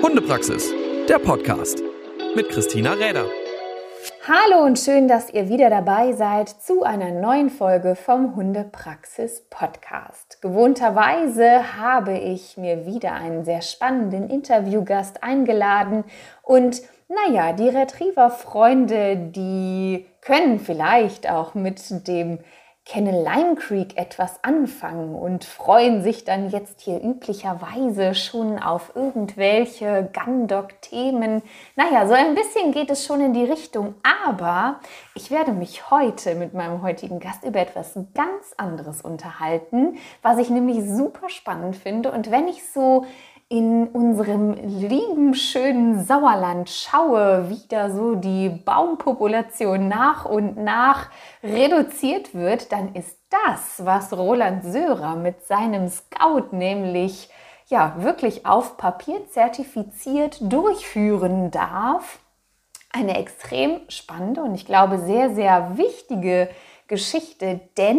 Hundepraxis, der Podcast mit Christina Räder. Hallo und schön, dass ihr wieder dabei seid zu einer neuen Folge vom Hundepraxis Podcast. Gewohnterweise habe ich mir wieder einen sehr spannenden Interviewgast eingeladen und die Retriever-Freunde, die können vielleicht auch mit dem Kennel Creek etwas anfangen und freuen sich dann jetzt hier üblicherweise schon auf irgendwelche Gun-Dog-Themen. So ein bisschen geht es schon in die Richtung, aber ich werde mich heute mit meinem heutigen Gast über etwas ganz anderes unterhalten, was ich nämlich super spannend finde. Und wenn ich so in unserem lieben, schönen Sauerland schaue, wie da so die Baumpopulation nach und nach reduziert wird, dann ist das, was Roland Sörer mit seinem Scout nämlich wirklich auf Papier zertifiziert durchführen darf, eine extrem spannende und ich glaube sehr, sehr wichtige Geschichte, denn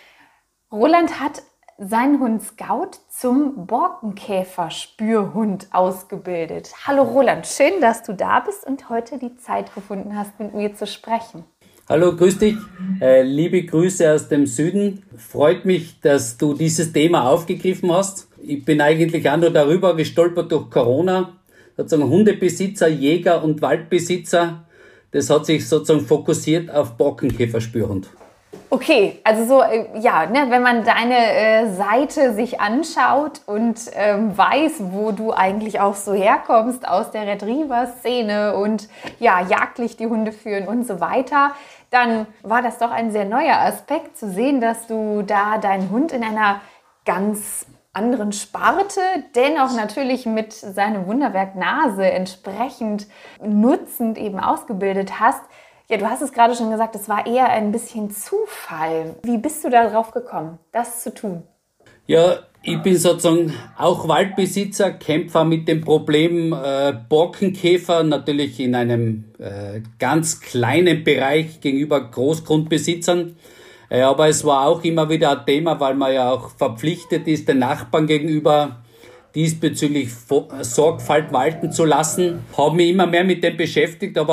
Roland hat seinen Hund Scout zum Borkenkäfer-Spürhund ausgebildet. Hallo Roland, schön, dass du da bist und heute die Zeit gefunden hast, mit mir zu sprechen. Hallo, grüß dich. Liebe Grüße aus dem Süden. Freut mich, dass du dieses Thema aufgegriffen hast. Ich bin eigentlich auch nur darüber gestolpert durch Corona. Sozusagen Hundebesitzer, Jäger und Waldbesitzer. Das hat sich sozusagen fokussiert auf Borkenkäfer-Spürhund. Okay, also wenn man deine Seite sich anschaut und weiß, wo du eigentlich auch so herkommst aus der Retriever-Szene und jagdlich die Hunde führen und so weiter, dann war das doch ein sehr neuer Aspekt zu sehen, dass du da deinen Hund in einer ganz anderen Sparte, dennoch natürlich mit seinem Wunderwerk Nase entsprechend nutzend eben ausgebildet hast. Ja, du hast es gerade schon gesagt, es war eher ein bisschen Zufall. Wie bist du darauf gekommen, das zu tun? Ja, ich bin sozusagen auch Waldbesitzer, kämpfe mit dem Problem Borkenkäfer, natürlich in einem ganz kleinen Bereich gegenüber Großgrundbesitzern. Aber es war auch immer wieder ein Thema, weil man ja auch verpflichtet ist, den Nachbarn gegenüber diesbezüglich Sorgfalt walten zu lassen. Habe mich immer mehr mit dem beschäftigt, aber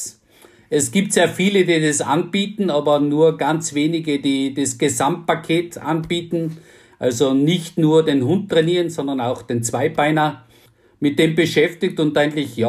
es gibt sehr viele, die das anbieten, aber nur ganz wenige, die das Gesamtpaket anbieten. Also nicht nur den Hund trainieren, sondern auch den Zweibeiner. Mit dem beschäftigt und eigentlich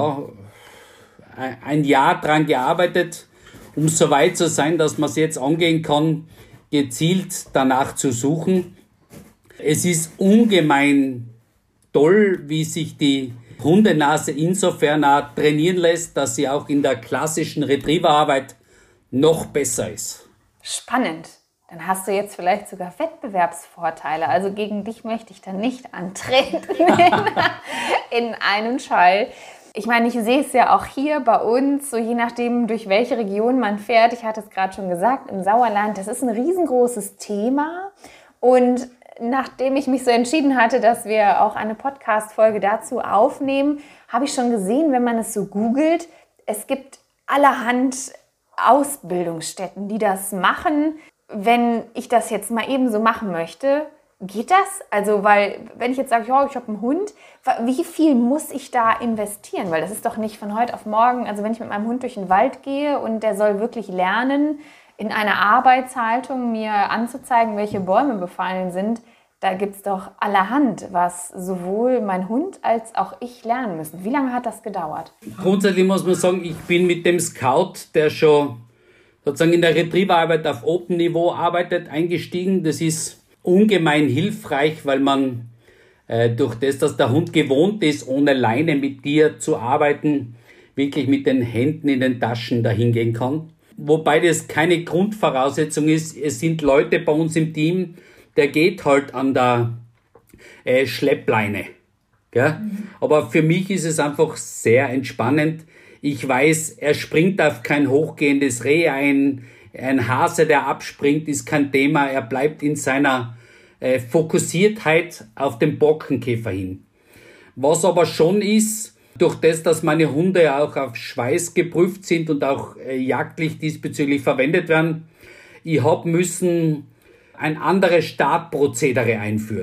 ein Jahr dran gearbeitet, um so weit zu sein, dass man es jetzt angehen kann, gezielt danach zu suchen. Es ist ungemein toll, wie sich die Hundenase insofern auch trainieren lässt, dass sie auch in der klassischen Retrieverarbeit noch besser ist. Spannend. Dann hast du jetzt vielleicht sogar Wettbewerbsvorteile. Also gegen dich möchte ich dann nicht antreten in einen Schall. Ich meine, ich sehe es ja auch hier bei uns, so je nachdem, durch welche Region man fährt. Ich hatte es gerade schon gesagt, im Sauerland, das ist ein riesengroßes Thema. Und nachdem ich mich so entschieden hatte, dass wir auch eine Podcast-Folge dazu aufnehmen, habe ich schon gesehen, wenn man es so googelt, es gibt allerhand Ausbildungsstätten, die das machen. Wenn ich das jetzt mal eben so machen möchte, geht das? Also, weil, wenn ich jetzt sage, ich habe einen Hund, wie viel muss ich da investieren? Weil das ist doch nicht von heute auf morgen, also wenn ich mit meinem Hund durch den Wald gehe und der soll wirklich lernen, in einer Arbeitshaltung mir anzuzeigen, welche Bäume befallen sind, da gibt es doch allerhand, was sowohl mein Hund als auch ich lernen müssen. Wie lange hat das gedauert? Grundsätzlich muss man sagen, ich bin mit dem Scout, der schon sozusagen in der Retrieverarbeit auf Open-Niveau arbeitet, eingestiegen. Das ist ungemein hilfreich, weil man durch das, dass der Hund gewohnt ist, ohne Leine mit dir zu arbeiten, wirklich mit den Händen in den Taschen dahin gehen kann. Wobei das keine Grundvoraussetzung ist. Es sind Leute bei uns im Team, der geht halt an der Schleppleine. Gell? Aber für mich ist es einfach sehr entspannend. Ich weiß, er springt auf kein hochgehendes Reh ein. Ein Hase, der abspringt, ist kein Thema. Er bleibt in seiner Fokussiertheit auf den Borkenkäfer hin. Was aber schon ist, durch das, dass meine Hunde auch auf Schweiß geprüft sind und auch jagdlich diesbezüglich verwendet werden, ich habe müssen ein anderes Startprozedere einführen.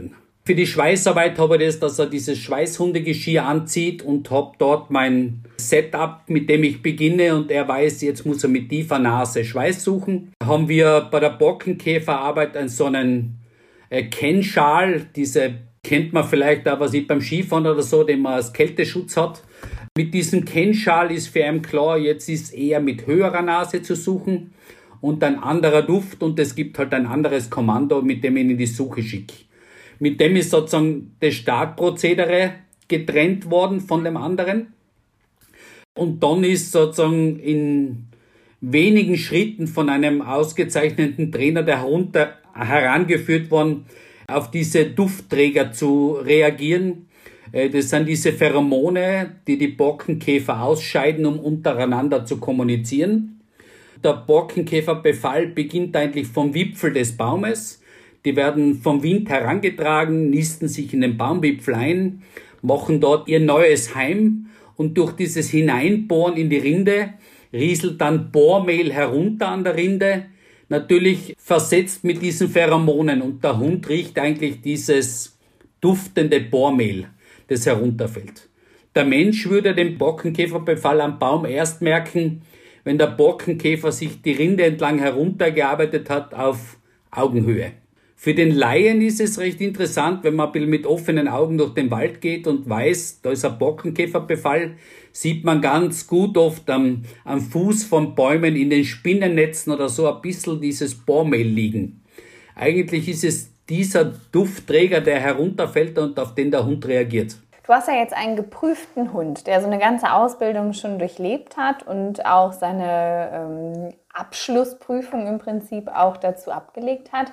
Für die Schweißarbeit habe ich das, dass er dieses Schweißhundegeschirr anzieht und habe dort mein Setup, mit dem ich beginne und er weiß, jetzt muss er mit tiefer Nase Schweiß suchen. Haben wir bei der Borkenkäferarbeit so einen Kennschal, diese kennt man vielleicht auch, was ich beim Skifahren oder so, den man als Kälteschutz hat. Mit diesem Kennschal ist für einen klar, jetzt ist eher mit höherer Nase zu suchen und ein anderer Duft und es gibt halt ein anderes Kommando, mit dem ich ihn in die Suche schicke. Mit dem ist sozusagen das Startprozedere getrennt worden von dem anderen. Und dann ist sozusagen in wenigen Schritten von einem ausgezeichneten Trainer der Hund herangeführt worden, auf diese Duftträger zu reagieren. Das sind diese Pheromone, die die Borkenkäfer ausscheiden, um untereinander zu kommunizieren. Der Borkenkäferbefall beginnt eigentlich vom Wipfel des Baumes. Die werden vom Wind herangetragen, nisten sich in den Baumwipfel ein, machen dort ihr neues Heim und durch dieses Hineinbohren in die Rinde rieselt dann Bohrmehl herunter an der Rinde, natürlich versetzt mit diesen Pheromonen und der Hund riecht eigentlich dieses duftende Bohrmehl, das herunterfällt. Der Mensch würde den Borkenkäferbefall am Baum erst merken, wenn der Borkenkäfer sich die Rinde entlang heruntergearbeitet hat auf Augenhöhe. Für den Laien ist es recht interessant, wenn man mit offenen Augen durch den Wald geht und weiß, da ist ein Borkenkäferbefall, sieht man ganz gut oft am Fuß von Bäumen in den Spinnennetzen oder so ein bisschen dieses Bohrmehl liegen. Eigentlich ist es dieser Duftträger, der herunterfällt und auf den der Hund reagiert. Du hast ja jetzt einen geprüften Hund, der so eine ganze Ausbildung schon durchlebt hat und auch seine Abschlussprüfung im Prinzip auch dazu abgelegt hat.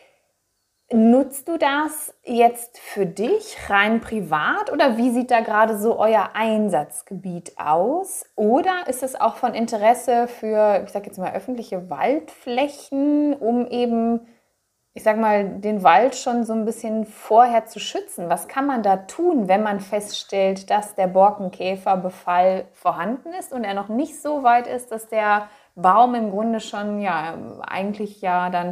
Nutzt du das jetzt für dich rein privat oder wie sieht da gerade so euer Einsatzgebiet aus? Oder ist es auch von Interesse für, ich sage jetzt mal, öffentliche Waldflächen, um eben, ich sag mal, den Wald schon so ein bisschen vorher zu schützen? Was kann man da tun, wenn man feststellt, dass der Borkenkäferbefall vorhanden ist und er noch nicht so weit ist, dass der Baum im Grunde schon eigentlich dann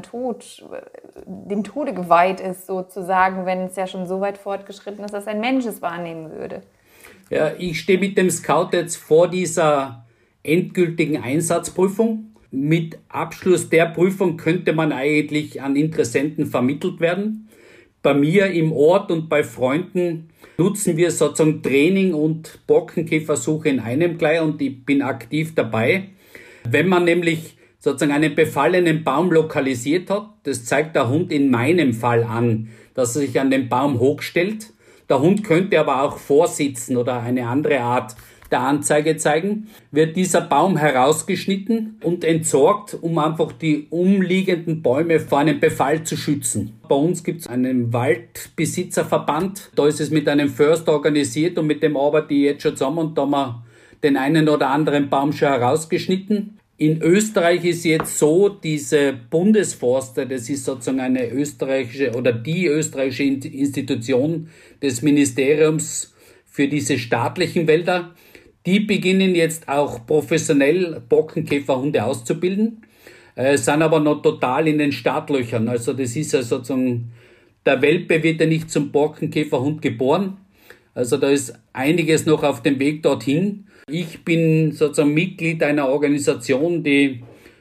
dem Tode geweiht ist sozusagen, wenn es ja schon so weit fortgeschritten ist, dass ein Mensch es wahrnehmen würde? Ja, ich stehe mit dem Scout jetzt vor dieser endgültigen Einsatzprüfung. Mit Abschluss der Prüfung könnte man eigentlich an Interessenten vermittelt werden. Bei mir im Ort und bei Freunden nutzen wir sozusagen Training und Borkenkäfersuche in einem gleich und ich bin aktiv dabei. Wenn man nämlich sozusagen einen befallenen Baum lokalisiert hat, das zeigt der Hund in meinem Fall an, dass er sich an den Baum hochstellt. Der Hund könnte aber auch vorsitzen oder eine andere Art der Anzeige zeigen, wird dieser Baum herausgeschnitten und entsorgt, um einfach die umliegenden Bäume vor einem Befall zu schützen. Bei uns gibt es einen Waldbesitzerverband, da ist es mit einem Förster organisiert und mit dem arbeite ich jetzt schon zusammen und da haben wir den einen oder anderen Baum schon herausgeschnitten. In Österreich ist jetzt so, diese Bundesforste, das ist sozusagen eine österreichische oder die österreichische Institution des Ministeriums für diese staatlichen Wälder. Die beginnen jetzt auch professionell Borkenkäferhunde auszubilden, sind aber noch total in den Startlöchern. Also das ist ja sozusagen, der Welpe wird ja nicht zum Borkenkäferhund geboren. Also da ist einiges noch auf dem Weg dorthin. Ich bin sozusagen Mitglied einer Organisation, die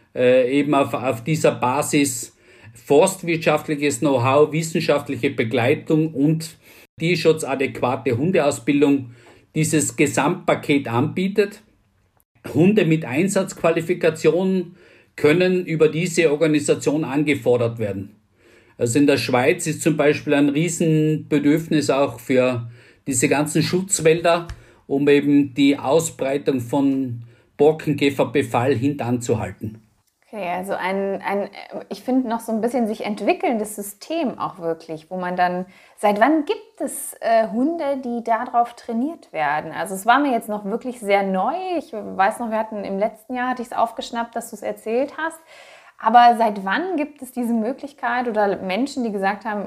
eben auf dieser Basis forstwirtschaftliches Know-how, wissenschaftliche Begleitung und tierschutzadäquate Hundeausbildung dieses Gesamtpaket anbietet. Hunde mit Einsatzqualifikationen können über diese Organisation angefordert werden. Also in der Schweiz ist zum Beispiel ein Riesenbedürfnis auch für diese ganzen Schutzwälder, um eben die Ausbreitung von Borkenkäferbefall hintanzuhalten. Okay, also ich finde noch so ein bisschen sich entwickelndes System auch wirklich, wo man dann, seit wann gibt es Hunde, die darauf trainiert werden? Also es war mir jetzt noch wirklich sehr neu. Ich weiß noch, im letzten Jahr hatte ich es aufgeschnappt, dass du es erzählt hast. Aber seit wann gibt es diese Möglichkeit oder Menschen, die gesagt haben,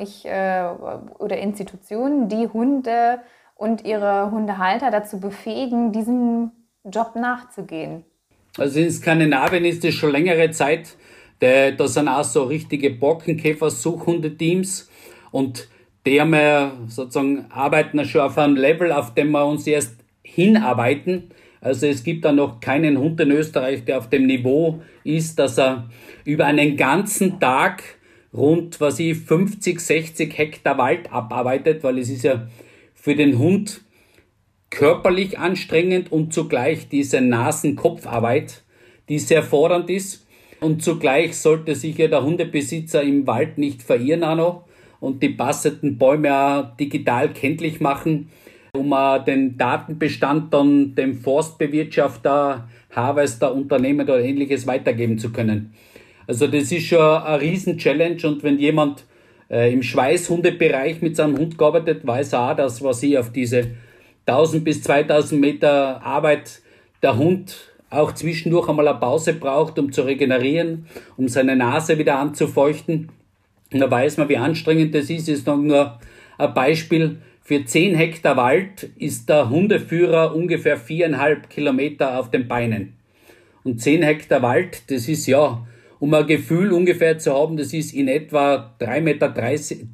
oder Institutionen, die Hunde und ihre Hundehalter dazu befähigen, diesem Job nachzugehen? Also in Skandinavien ist es schon längere Zeit, da sind auch so richtige Borkenkäfer-Suchhundeteams und die haben wir sozusagen, arbeiten schon auf einem Level, auf dem wir uns erst hinarbeiten. Also es gibt da noch keinen Hund in Österreich, der auf dem Niveau ist, dass er über einen ganzen Tag rund 50, 60 Hektar Wald abarbeitet, weil es ist ja für den Hund körperlich anstrengend und zugleich diese Nasen-Kopfarbeit, die sehr fordernd ist. Und zugleich sollte sich ja der Hundebesitzer im Wald nicht verirren auch noch und die passenden Bäume auch digital kenntlich machen, um den Datenbestand dann dem Forstbewirtschafter, Harvester, Unternehmen oder Ähnliches weitergeben zu können. Also das ist schon eine Riesen-Challenge und wenn jemand im Schweißhundebereich mit seinem Hund gearbeitet, weiß er auch, dass was ich auf diese 1000 bis 2000 Meter Arbeit der Hund auch zwischendurch einmal eine Pause braucht, um zu regenerieren, um seine Nase wieder anzufeuchten. Und da weiß man, wie anstrengend das ist. Ist noch nur ein Beispiel. Für 10 Hektar Wald ist der Hundeführer ungefähr 4,5 Kilometer auf den Beinen. Und 10 Hektar Wald, das ist ja, um ein Gefühl ungefähr zu haben, das ist in etwa 330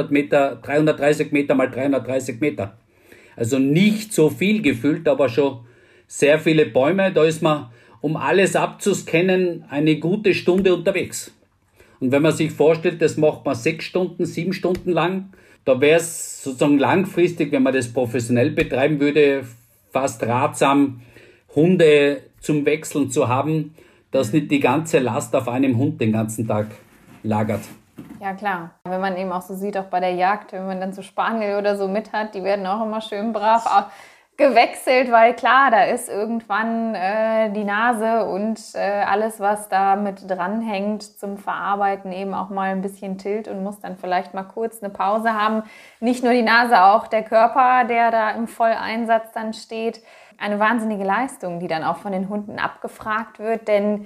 Meter mal 330 Meter. Also nicht so viel gefühlt, aber schon sehr viele Bäume. Da ist man, um alles abzuscannen, eine gute Stunde unterwegs. Und wenn man sich vorstellt, das macht man 6 Stunden, 7 Stunden lang, da wäre es sozusagen langfristig, wenn man das professionell betreiben würde, fast ratsam, Hunde zum Wechseln zu haben, dass nicht die ganze Last auf einem Hund den ganzen Tag lagert. Ja, klar. Wenn man eben auch so sieht, auch bei der Jagd, wenn man dann so Spaniel oder so mit hat, die werden auch immer schön brav gewechselt, weil klar, da ist irgendwann die Nase und alles, was da mit dranhängt zum Verarbeiten, eben auch mal ein bisschen tilt und muss dann vielleicht mal kurz eine Pause haben. Nicht nur die Nase, auch der Körper, der da im Volleinsatz dann steht. Eine wahnsinnige Leistung, die dann auch von den Hunden abgefragt wird, denn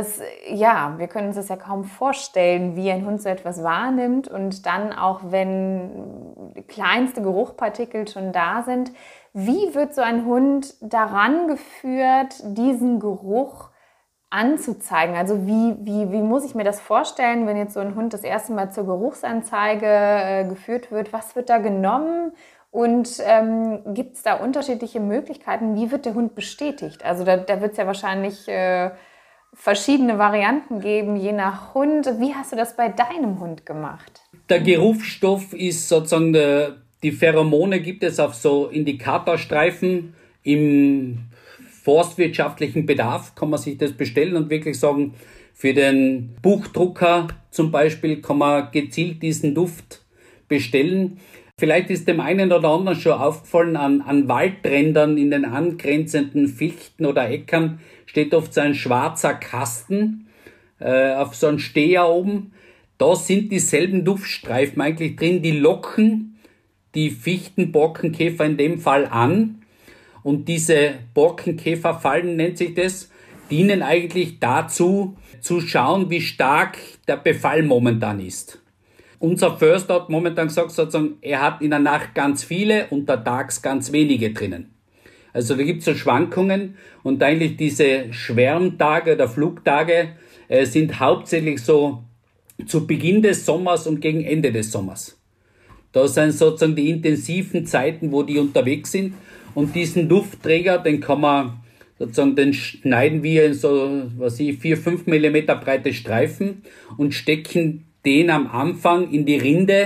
wir können uns das ja kaum vorstellen, wie ein Hund so etwas wahrnimmt und dann auch, wenn kleinste Geruchspartikel schon da sind, wie wird so ein Hund daran geführt, diesen Geruch anzuzeigen? Also wie muss ich mir das vorstellen, wenn jetzt so ein Hund das erste Mal zur Geruchsanzeige geführt wird? Was wird da genommen? Und gibt es da unterschiedliche Möglichkeiten? Wie wird der Hund bestätigt? Also da wird es ja wahrscheinlich verschiedene Varianten geben, je nach Hund. Wie hast du das bei deinem Hund gemacht? Der Geruchsstoff ist sozusagen, die Pheromone gibt es auf so Indikatorstreifen. Im forstwirtschaftlichen Bedarf kann man sich das bestellen und wirklich sagen, für den Buchdrucker zum Beispiel kann man gezielt diesen Duft bestellen. Vielleicht ist dem einen oder anderen schon aufgefallen, an Waldrändern in den angrenzenden Fichten oder Äckern steht oft so ein schwarzer Kasten auf so einem Steher oben. Da sind dieselben Duftstreifen eigentlich drin, die locken die Fichtenborkenkäfer in dem Fall an. Und diese Borkenkäferfallen, nennt sich das, dienen eigentlich dazu, zu schauen, wie stark der Befall momentan ist. Unser Förster hat momentan gesagt, sozusagen, er hat in der Nacht ganz viele und tags ganz wenige drinnen. Also da gibt es so Schwankungen und eigentlich diese Schwärmtage oder Flugtage sind hauptsächlich so zu Beginn des Sommers und gegen Ende des Sommers. Da sind sozusagen die intensiven Zeiten, wo die unterwegs sind und diesen Duftträger, den kann man sozusagen, den schneiden wir in so, 4-5 Millimeter breite Streifen und stecken den am Anfang in die Rinde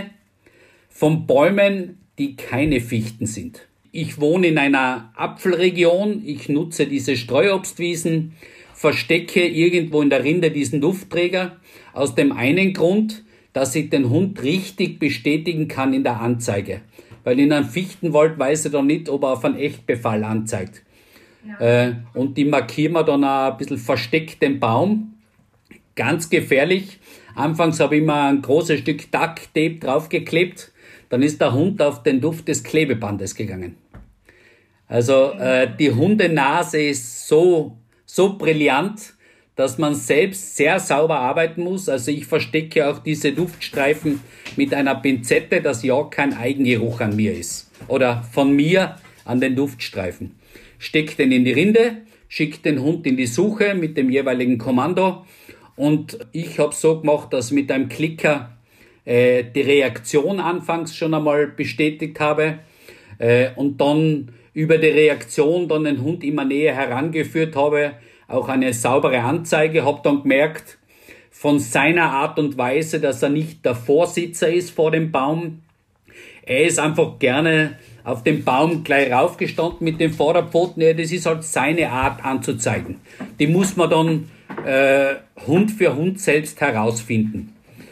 von Bäumen, die keine Fichten sind. Ich wohne in einer Apfelregion, ich nutze diese Streuobstwiesen, verstecke irgendwo in der Rinde diesen Duftträger, aus dem einen Grund, dass ich den Hund richtig bestätigen kann in der Anzeige. Weil in einem Fichtenwald weiß er dann nicht, ob er auf einen Echtbefall anzeigt. Ja. Und die markieren wir dann auch ein bisschen versteckt den Baum. Ganz gefährlich. Anfangs habe ich mal ein großes Stück Duct-Tape draufgeklebt. Dann ist der Hund auf den Duft des Klebebandes gegangen. Also die Hundenase ist so brillant, dass man selbst sehr sauber arbeiten muss. Also ich verstecke auch diese Duftstreifen mit einer Pinzette, dass ja kein Eigengeruch an mir ist. Oder von mir an den Duftstreifen. Steck den in die Rinde, schick den Hund in die Suche mit dem jeweiligen Kommando. Und ich habe so gemacht, dass mit einem Klicker die Reaktion anfangs schon einmal bestätigt habe und dann über die Reaktion dann den Hund immer näher herangeführt habe, auch eine saubere Anzeige, habe dann gemerkt, von seiner Art und Weise, dass er nicht der Vorsitzer ist vor dem Baum. Er ist einfach gerne auf den Baum gleich raufgestanden mit den Vorderpfoten. Ja, das ist halt seine Art anzuzeigen. Die muss man dann Hund für Hund selbst herausfinden.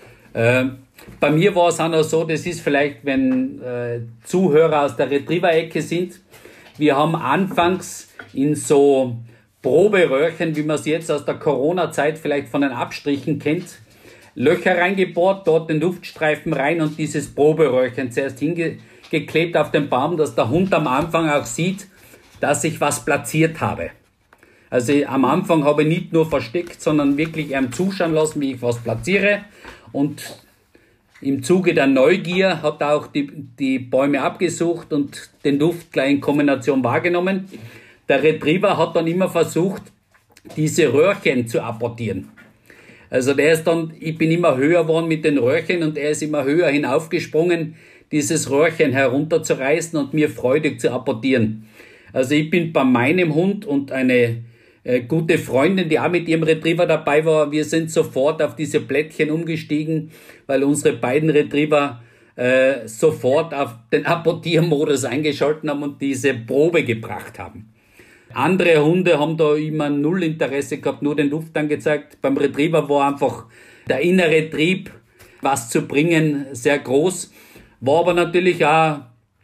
Bei mir war es auch noch so, das ist vielleicht, wenn Zuhörer aus der Retriever-Ecke sind, wir haben anfangs in so Proberöhrchen, wie man es jetzt aus der Corona-Zeit vielleicht von den Abstrichen kennt, Löcher reingebohrt, dort den Luftstreifen rein und dieses Proberöhrchen zuerst hingeklebt auf den Baum, dass der Hund am Anfang auch sieht, dass ich was platziert habe. Also am Anfang habe ich nicht nur versteckt, sondern wirklich einem zuschauen lassen, wie ich was platziere. Und im Zuge der Neugier hat er auch die Bäume abgesucht und den Duft gleich in Kombination wahrgenommen. Der Retriever hat dann immer versucht, diese Röhrchen zu apportieren. Also ich bin immer höher geworden mit den Röhrchen und er ist immer höher hinaufgesprungen, dieses Röhrchen herunterzureißen und mir freudig zu apportieren. Also ich bin bei meinem Hund und eine gute Freundin, die auch mit ihrem Retriever dabei war, wir sind sofort auf diese Plättchen umgestiegen, weil unsere beiden Retriever sofort auf den Apportiermodus eingeschalten haben und diese Probe gebracht haben. Andere Hunde haben da immer null Interesse gehabt, nur den Duft angezeigt. Beim Retriever war einfach der innere Trieb, was zu bringen, sehr groß. War aber natürlich auch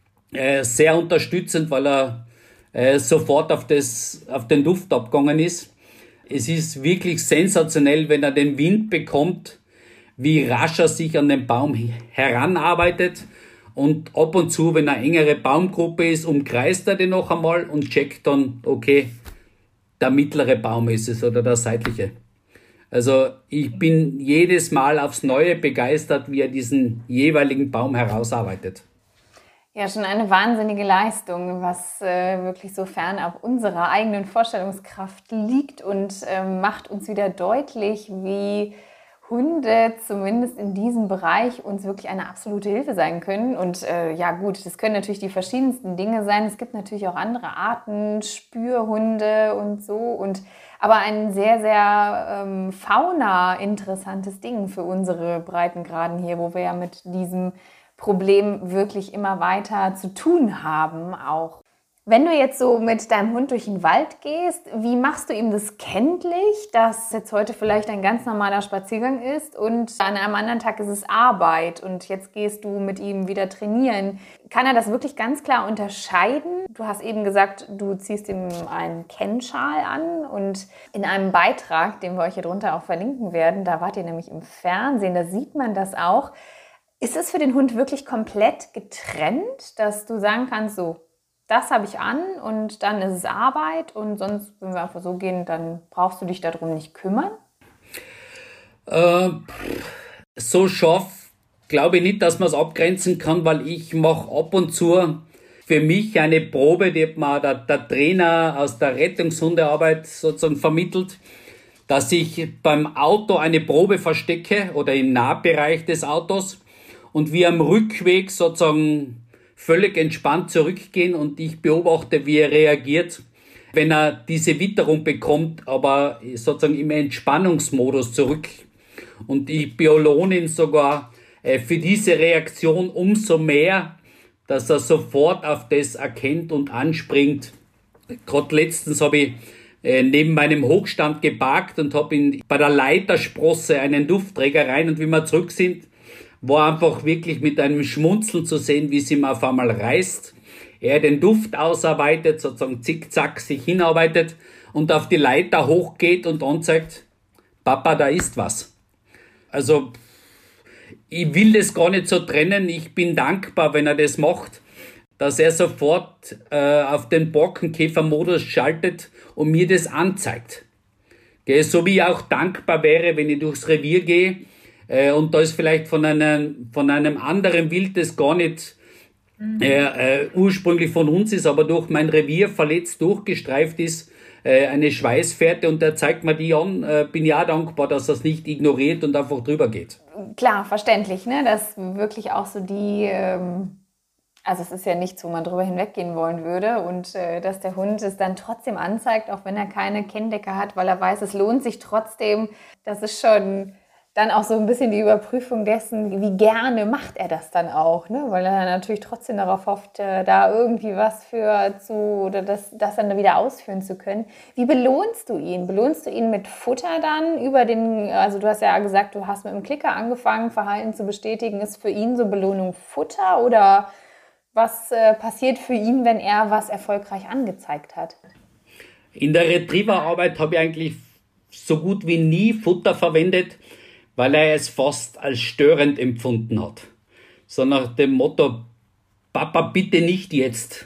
sehr unterstützend, weil er sofort auf den Duft abgegangen ist. Es ist wirklich sensationell, wenn er den Wind bekommt, wie rasch er sich an den Baum heranarbeitet. Und ab und zu, wenn eine engere Baumgruppe ist, umkreist er den noch einmal und checkt dann, okay, der mittlere Baum ist es oder der seitliche. Also ich bin jedes Mal aufs Neue begeistert, wie er diesen jeweiligen Baum herausarbeitet. Ja, schon eine wahnsinnige Leistung, was wirklich so fernab unserer eigenen Vorstellungskraft liegt und macht uns wieder deutlich, wie Hunde zumindest in diesem Bereich uns wirklich eine absolute Hilfe sein können. Und ja gut, das können natürlich die verschiedensten Dinge sein. Es gibt natürlich auch andere Arten, Spürhunde und so. Aber ein sehr, sehr fauna-interessantes Ding für unsere Breitengraden hier, wo wir ja mit diesem Problem wirklich immer weiter zu tun haben auch. Wenn du jetzt so mit deinem Hund durch den Wald gehst, wie machst du ihm das kenntlich, dass jetzt heute vielleicht ein ganz normaler Spaziergang ist und an einem anderen Tag ist es Arbeit und jetzt gehst du mit ihm wieder trainieren? Kann er das wirklich ganz klar unterscheiden? Du hast eben gesagt, du ziehst ihm einen Kennschal an und in einem Beitrag, den wir euch hier drunter auch verlinken werden, da wart ihr nämlich im Fernsehen, da sieht man das auch. Ist es für den Hund wirklich komplett getrennt, dass du sagen kannst, so, das habe ich an und dann ist es Arbeit und sonst, wenn wir einfach so gehen, dann brauchst du dich darum nicht kümmern? So scharf glaube ich nicht, dass man es abgrenzen kann, weil ich mache ab und zu für mich eine Probe, die hat mir der Trainer aus der Rettungshundearbeit sozusagen vermittelt, dass ich beim Auto eine Probe verstecke oder im Nahbereich des Autos und wir am Rückweg sozusagen völlig entspannt zurückgehen und ich beobachte, wie er reagiert, wenn er diese Witterung bekommt, aber sozusagen im Entspannungsmodus zurück. Und ich belohne ihn sogar für diese Reaktion umso mehr, dass er sofort auf das erkennt und anspringt. Gerade letztens habe ich neben meinem Hochstand geparkt und habe bei der Leitersprosse einen Duftträger rein und wie wir zurück sind, war einfach wirklich mit einem Schmunzeln zu sehen, wie es ihm auf einmal reißt. Er den Duft ausarbeitet, sozusagen zickzack sich hinarbeitet und auf die Leiter hochgeht und anzeigt, Papa, da ist was. Also ich will das gar nicht so trennen. Ich bin dankbar, wenn er das macht, dass er sofort auf den Borkenkäfermodus schaltet und mir das anzeigt. So wie ich auch dankbar wäre, wenn ich durchs Revier gehe und da ist vielleicht von einem anderen Wild, das gar nicht ursprünglich von uns ist, aber durch mein Revier verletzt durchgestreift ist, eine Schweißfährte und der zeigt mir die an, bin ja dankbar, dass er es nicht ignoriert und einfach drüber geht. klar, verständlich, ne? Dass wirklich auch so also es ist ja nichts, wo man drüber hinweggehen wollen würde und dass der Hund es dann trotzdem anzeigt, auch wenn er keine Kenndecke hat, weil er weiß, es lohnt sich trotzdem. Das ist schon dann auch so ein bisschen die Überprüfung dessen, wie gerne macht er das dann auch, ne? Weil er natürlich trotzdem darauf hofft, da irgendwie was oder das dann wieder ausführen zu können. Wie belohnst du ihn? Belohnst du ihn mit Futter dann also du hast ja gesagt, du hast mit dem Klicker angefangen, Verhalten zu bestätigen. Ist für ihn so Belohnung Futter oder was passiert für ihn, wenn er was erfolgreich angezeigt hat? In der Retriever-Arbeit habe ich eigentlich so gut wie nie Futter verwendet, weil er es fast als störend empfunden hat. So nach dem Motto, Papa, bitte nicht jetzt.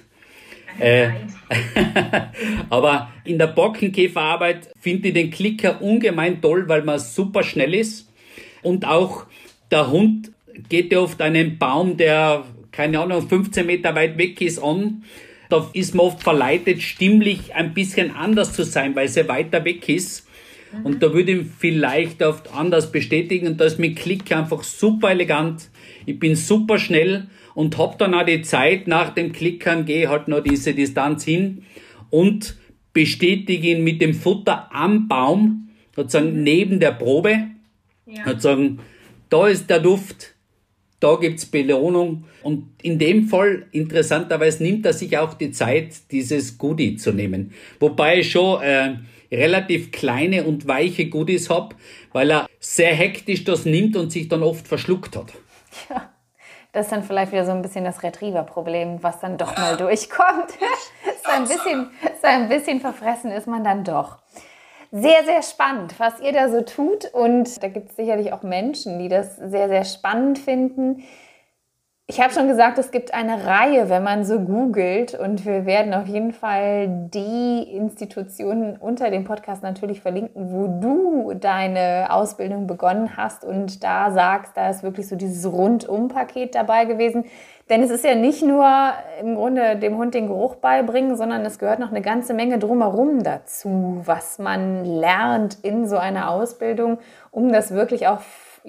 Aber in der Borkenkäferarbeit finde ich den Klicker ungemein toll, weil man super schnell ist. Und auch der Hund geht ja oft einen Baum, der, keine Ahnung, 15 Meter weit weg ist, an. Da ist man oft verleitet, stimmlich ein bisschen anders zu sein, weil sie weiter weg ist. Und da würde ich vielleicht oft anders bestätigen. Und da ist mit Klick einfach super elegant. Ich bin super schnell und habe dann auch die Zeit nach dem Klickern, gehe halt noch diese Distanz hin und bestätige ihn mit dem Futter am Baum, sozusagen neben der Probe. Ja. Sozusagen, da ist der Duft, da gibt's Belohnung. Und in dem Fall, interessanterweise, nimmt er sich auch die Zeit, dieses Goodie zu nehmen. Wobei ich schon relativ kleine und weiche Goodies habe, weil er sehr hektisch das nimmt und sich dann oft verschluckt hat. Ja, das ist dann vielleicht wieder so ein bisschen das Retriever-Problem, was dann doch mal durchkommt. so ein bisschen verfressen ist man dann doch. Sehr, sehr spannend, was ihr da so tut. Und da gibt es sicherlich auch Menschen, die das sehr, sehr spannend finden. Ich habe schon gesagt, es gibt eine Reihe, wenn man so googelt, und wir werden auf jeden Fall die Institutionen unter dem Podcast natürlich verlinken, wo du deine Ausbildung begonnen hast und da sagst, da ist wirklich so dieses Rundum-Paket dabei gewesen. Denn es ist ja nicht nur im Grunde dem Hund den Geruch beibringen, sondern es gehört noch eine ganze Menge drumherum dazu, was man lernt in so einer Ausbildung, um das wirklich auch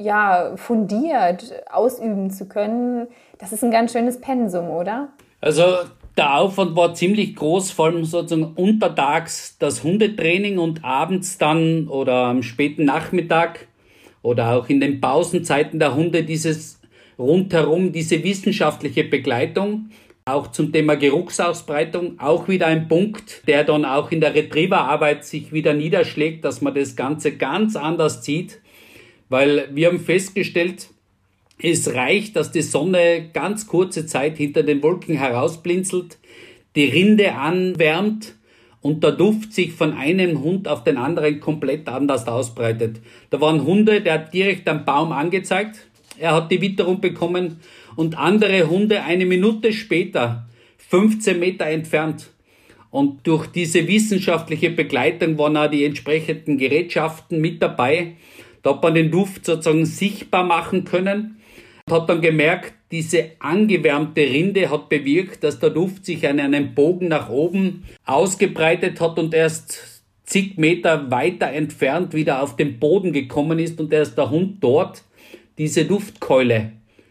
fundiert ausüben zu können. Das ist ein ganz schönes Pensum, oder? Also der Aufwand war ziemlich groß, vor allem sozusagen untertags das Hundetraining und abends dann oder am späten Nachmittag oder auch in den Pausenzeiten der Hunde dieses rundherum, diese wissenschaftliche Begleitung. Auch zum Thema Geruchsausbreitung, auch wieder ein Punkt, der dann auch in der Retrieverarbeit sich wieder niederschlägt, dass man das Ganze ganz anders sieht. Weil wir haben festgestellt, es reicht, dass die Sonne ganz kurze Zeit hinter den Wolken herausblinzelt, die Rinde anwärmt und der Duft sich von einem Hund auf den anderen komplett anders ausbreitet. Da waren Hunde, der hat direkt am Baum angezeigt, er hat die Witterung bekommen, und andere Hunde 1 Minute später, 15 Meter entfernt. Und durch diese wissenschaftliche Begleitung waren auch die entsprechenden Gerätschaften mit dabei. Da hat man den Duft sozusagen sichtbar machen können und hat dann gemerkt, diese angewärmte Rinde hat bewirkt, dass der Duft sich an einem Bogen nach oben ausgebreitet hat und erst zig Meter weiter entfernt wieder auf den Boden gekommen ist und erst der Hund dort diese Duftkeule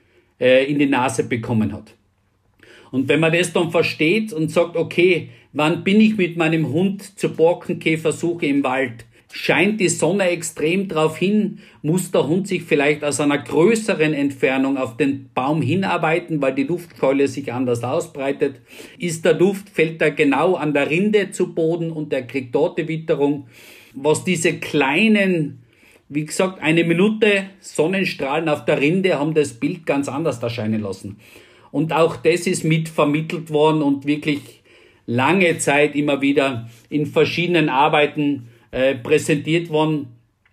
in die Nase bekommen hat. Und wenn man das dann versteht und sagt, okay, wann bin ich mit meinem Hund zur Borkenkäfersuche im Wald? Scheint die Sonne extrem drauf hin, muss der Hund sich vielleicht aus einer größeren Entfernung auf den Baum hinarbeiten, weil die Duftkeule sich anders ausbreitet. Ist der Duft, fällt er genau an der Rinde zu Boden und er kriegt dort die Witterung. Was diese kleinen, wie gesagt, 1 Minute Sonnenstrahlen auf der Rinde haben das Bild ganz anders erscheinen lassen. Und auch das ist mit vermittelt worden und wirklich lange Zeit immer wieder in verschiedenen Arbeiten präsentiert worden.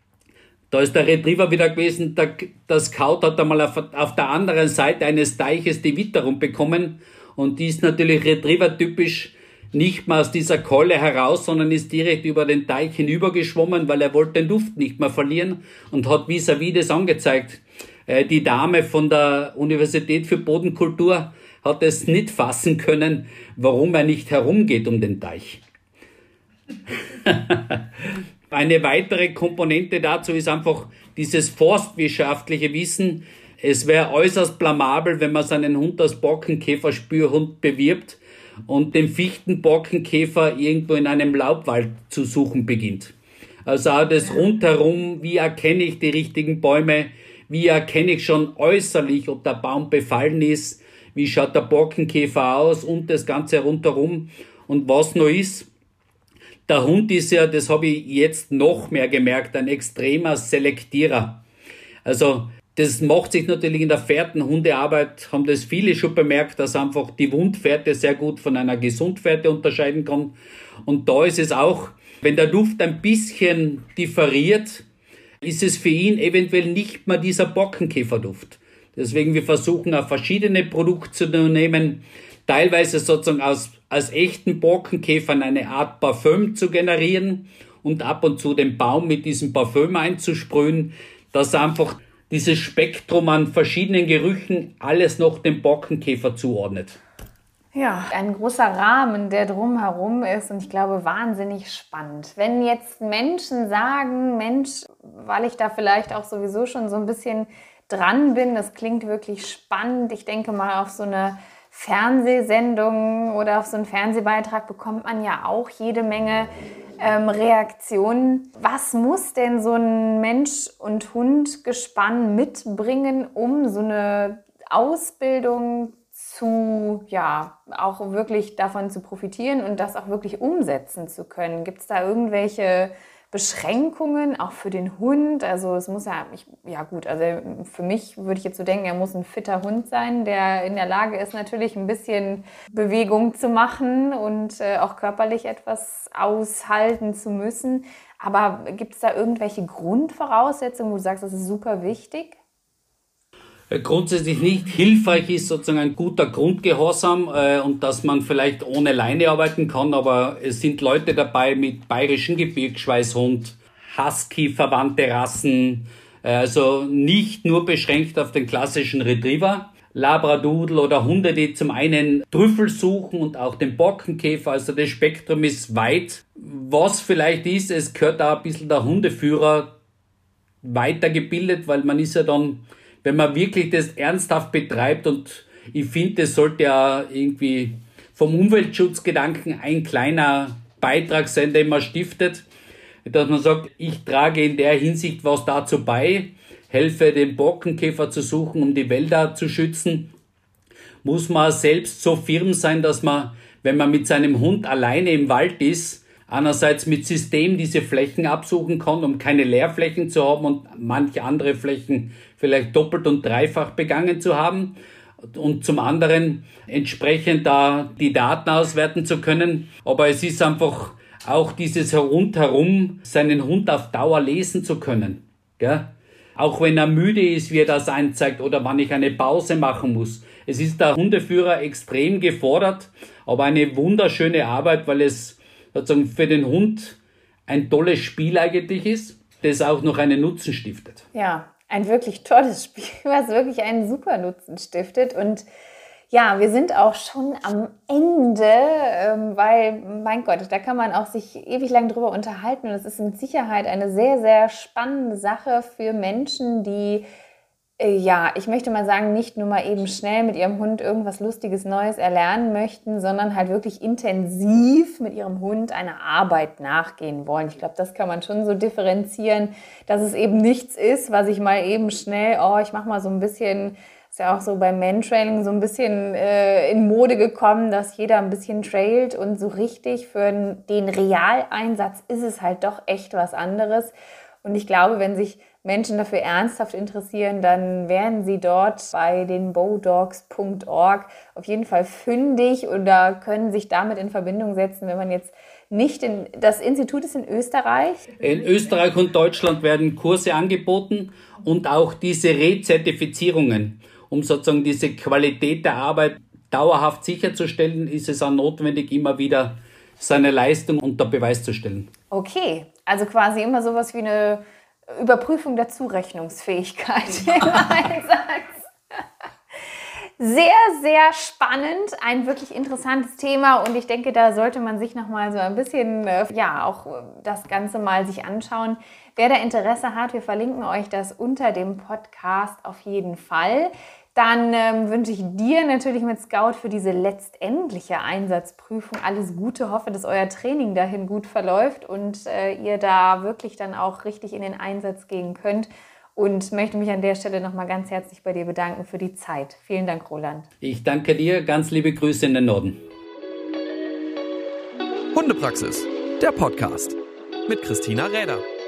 Da ist der Retriever wieder gewesen, der Scout hat einmal auf der anderen Seite eines Teiches die Witterung bekommen und die ist natürlich Retriever-typisch nicht mehr aus dieser Keule heraus, sondern ist direkt über den Teich hinübergeschwommen, weil er wollte den Duft nicht mehr verlieren und hat vis-à-vis das angezeigt. Die Dame von der Universität für Bodenkultur hat es nicht fassen können, warum er nicht herumgeht um den Teich. Eine weitere Komponente dazu ist einfach dieses forstwirtschaftliche Wissen. Es wäre äußerst blamabel, wenn man seinen Hund als Borkenkäfer-Spürhund bewirbt und den Fichtenborkenkäfer irgendwo in einem Laubwald zu suchen beginnt. Also auch das rundherum, wie erkenne ich die richtigen Bäume, wie erkenne ich schon äußerlich, ob der Baum befallen ist, wie schaut der Borkenkäfer aus und das Ganze rundherum. Und was noch ist, der Hund ist ja, das habe ich jetzt noch mehr gemerkt, ein extremer Selektierer. Also das macht sich natürlich in der Fährtenhundearbeit, haben das viele schon bemerkt, dass einfach die Wundfährte sehr gut von einer Gesundfährte unterscheiden kann. Und da ist es auch, wenn der Duft ein bisschen differiert, ist es für ihn eventuell nicht mehr dieser Borkenkäferduft. Deswegen wir versuchen auch verschiedene Produkte zu nehmen, teilweise sozusagen als echten Borkenkäfern eine Art Parfüm zu generieren und ab und zu den Baum mit diesem Parfüm einzusprühen, dass einfach dieses Spektrum an verschiedenen Gerüchen alles noch dem Borkenkäfer zuordnet. Ja, ein großer Rahmen, der drumherum ist und ich glaube wahnsinnig spannend. Wenn jetzt Menschen sagen, Mensch, weil ich da vielleicht auch sowieso schon so ein bisschen dran bin, das klingt wirklich spannend. Ich denke mal, auf so eine Fernsehsendung oder auf so einen Fernsehbeitrag bekommt man ja auch jede Menge Reaktionen. Was muss denn so ein Mensch- und Hundgespann mitbringen, um so eine Ausbildung auch wirklich davon zu profitieren und das auch wirklich umsetzen zu können? Gibt es da irgendwelche Beschränkungen, auch für den Hund? Also es muss also für mich würde ich jetzt so denken, er muss ein fitter Hund sein, der in der Lage ist, natürlich ein bisschen Bewegung zu machen und auch körperlich etwas aushalten zu müssen. Aber gibt es da irgendwelche Grundvoraussetzungen, wo du sagst, das ist super wichtig? Grundsätzlich nicht. Hilfreich ist sozusagen ein guter Grundgehorsam und dass man vielleicht ohne Leine arbeiten kann, aber es sind Leute dabei mit bayerischen Gebirgsschweißhund, Husky-verwandte Rassen, also nicht nur beschränkt auf den klassischen Retriever, Labradoodle oder Hunde, die zum einen Trüffel suchen und auch den Borkenkäfer, also das Spektrum ist weit. Was vielleicht ist, es gehört auch ein bisschen der Hundeführer weitergebildet, weil man ist ja dann, wenn man wirklich das ernsthaft betreibt, und ich finde, das sollte ja irgendwie vom Umweltschutzgedanken ein kleiner Beitrag sein, den man stiftet, dass man sagt, ich trage in der Hinsicht was dazu bei, helfe den Borkenkäfer zu suchen, um die Wälder zu schützen, muss man selbst so firm sein, dass man, wenn man mit seinem Hund alleine im Wald ist, einerseits mit System diese Flächen absuchen kann, um keine Leerflächen zu haben und manche andere Flächen vielleicht doppelt und dreifach begangen zu haben. Und zum anderen entsprechend da die Daten auswerten zu können. Aber es ist einfach auch dieses rundherum, seinen Hund auf Dauer lesen zu können. Gell? Auch wenn er müde ist, wie er das einzeigt, oder wann ich eine Pause machen muss. Es ist der Hundeführer extrem gefordert, aber eine wunderschöne Arbeit, weil es sozusagen für den Hund ein tolles Spiel eigentlich ist, das auch noch einen Nutzen stiftet. Ja, ein wirklich tolles Spiel, was wirklich einen super Nutzen stiftet. Und ja, wir sind auch schon am Ende, weil, mein Gott, da kann man auch sich ewig lang drüber unterhalten. Und es ist mit Sicherheit eine sehr, sehr spannende Sache für Menschen, die, ich möchte mal sagen, nicht nur mal eben schnell mit ihrem Hund irgendwas Lustiges Neues erlernen möchten, sondern halt wirklich intensiv mit ihrem Hund einer Arbeit nachgehen wollen. Ich glaube, das kann man schon so differenzieren, dass es eben nichts ist, was ich mal eben schnell, ich mache mal so ein bisschen, ist ja auch so beim Mantrailing so ein bisschen in Mode gekommen, dass jeder ein bisschen trailt, und so richtig für den Realeinsatz ist es halt doch echt was anderes. Und ich glaube, wenn sich Menschen dafür ernsthaft interessieren, dann werden sie dort bei den bowdogs.org auf jeden Fall fündig oder können sich damit in Verbindung setzen, wenn man jetzt nicht das Institut ist in Österreich. In Österreich und Deutschland werden Kurse angeboten und auch diese Rezertifizierungen. Um sozusagen diese Qualität der Arbeit dauerhaft sicherzustellen, ist es auch notwendig, immer wieder seine Leistung unter Beweis zu stellen. Okay, also quasi immer sowas wie eine Überprüfung der Zurechnungsfähigkeit im Einsatz. Sehr, sehr spannend, ein wirklich interessantes Thema und ich denke, da sollte man sich nochmal so ein bisschen, auch das Ganze mal sich anschauen. Wer da Interesse hat, wir verlinken euch das unter dem Podcast auf jeden Fall. Dann wünsche ich dir natürlich mit Scout für diese letztendliche Einsatzprüfung alles Gute. Hoffe, dass euer Training dahin gut verläuft und ihr da wirklich dann auch richtig in den Einsatz gehen könnt. Und möchte mich an der Stelle nochmal ganz herzlich bei dir bedanken für die Zeit. Vielen Dank, Roland. Ich danke dir. Ganz liebe Grüße in den Norden. Hundepraxis, der Podcast mit Christina Räder.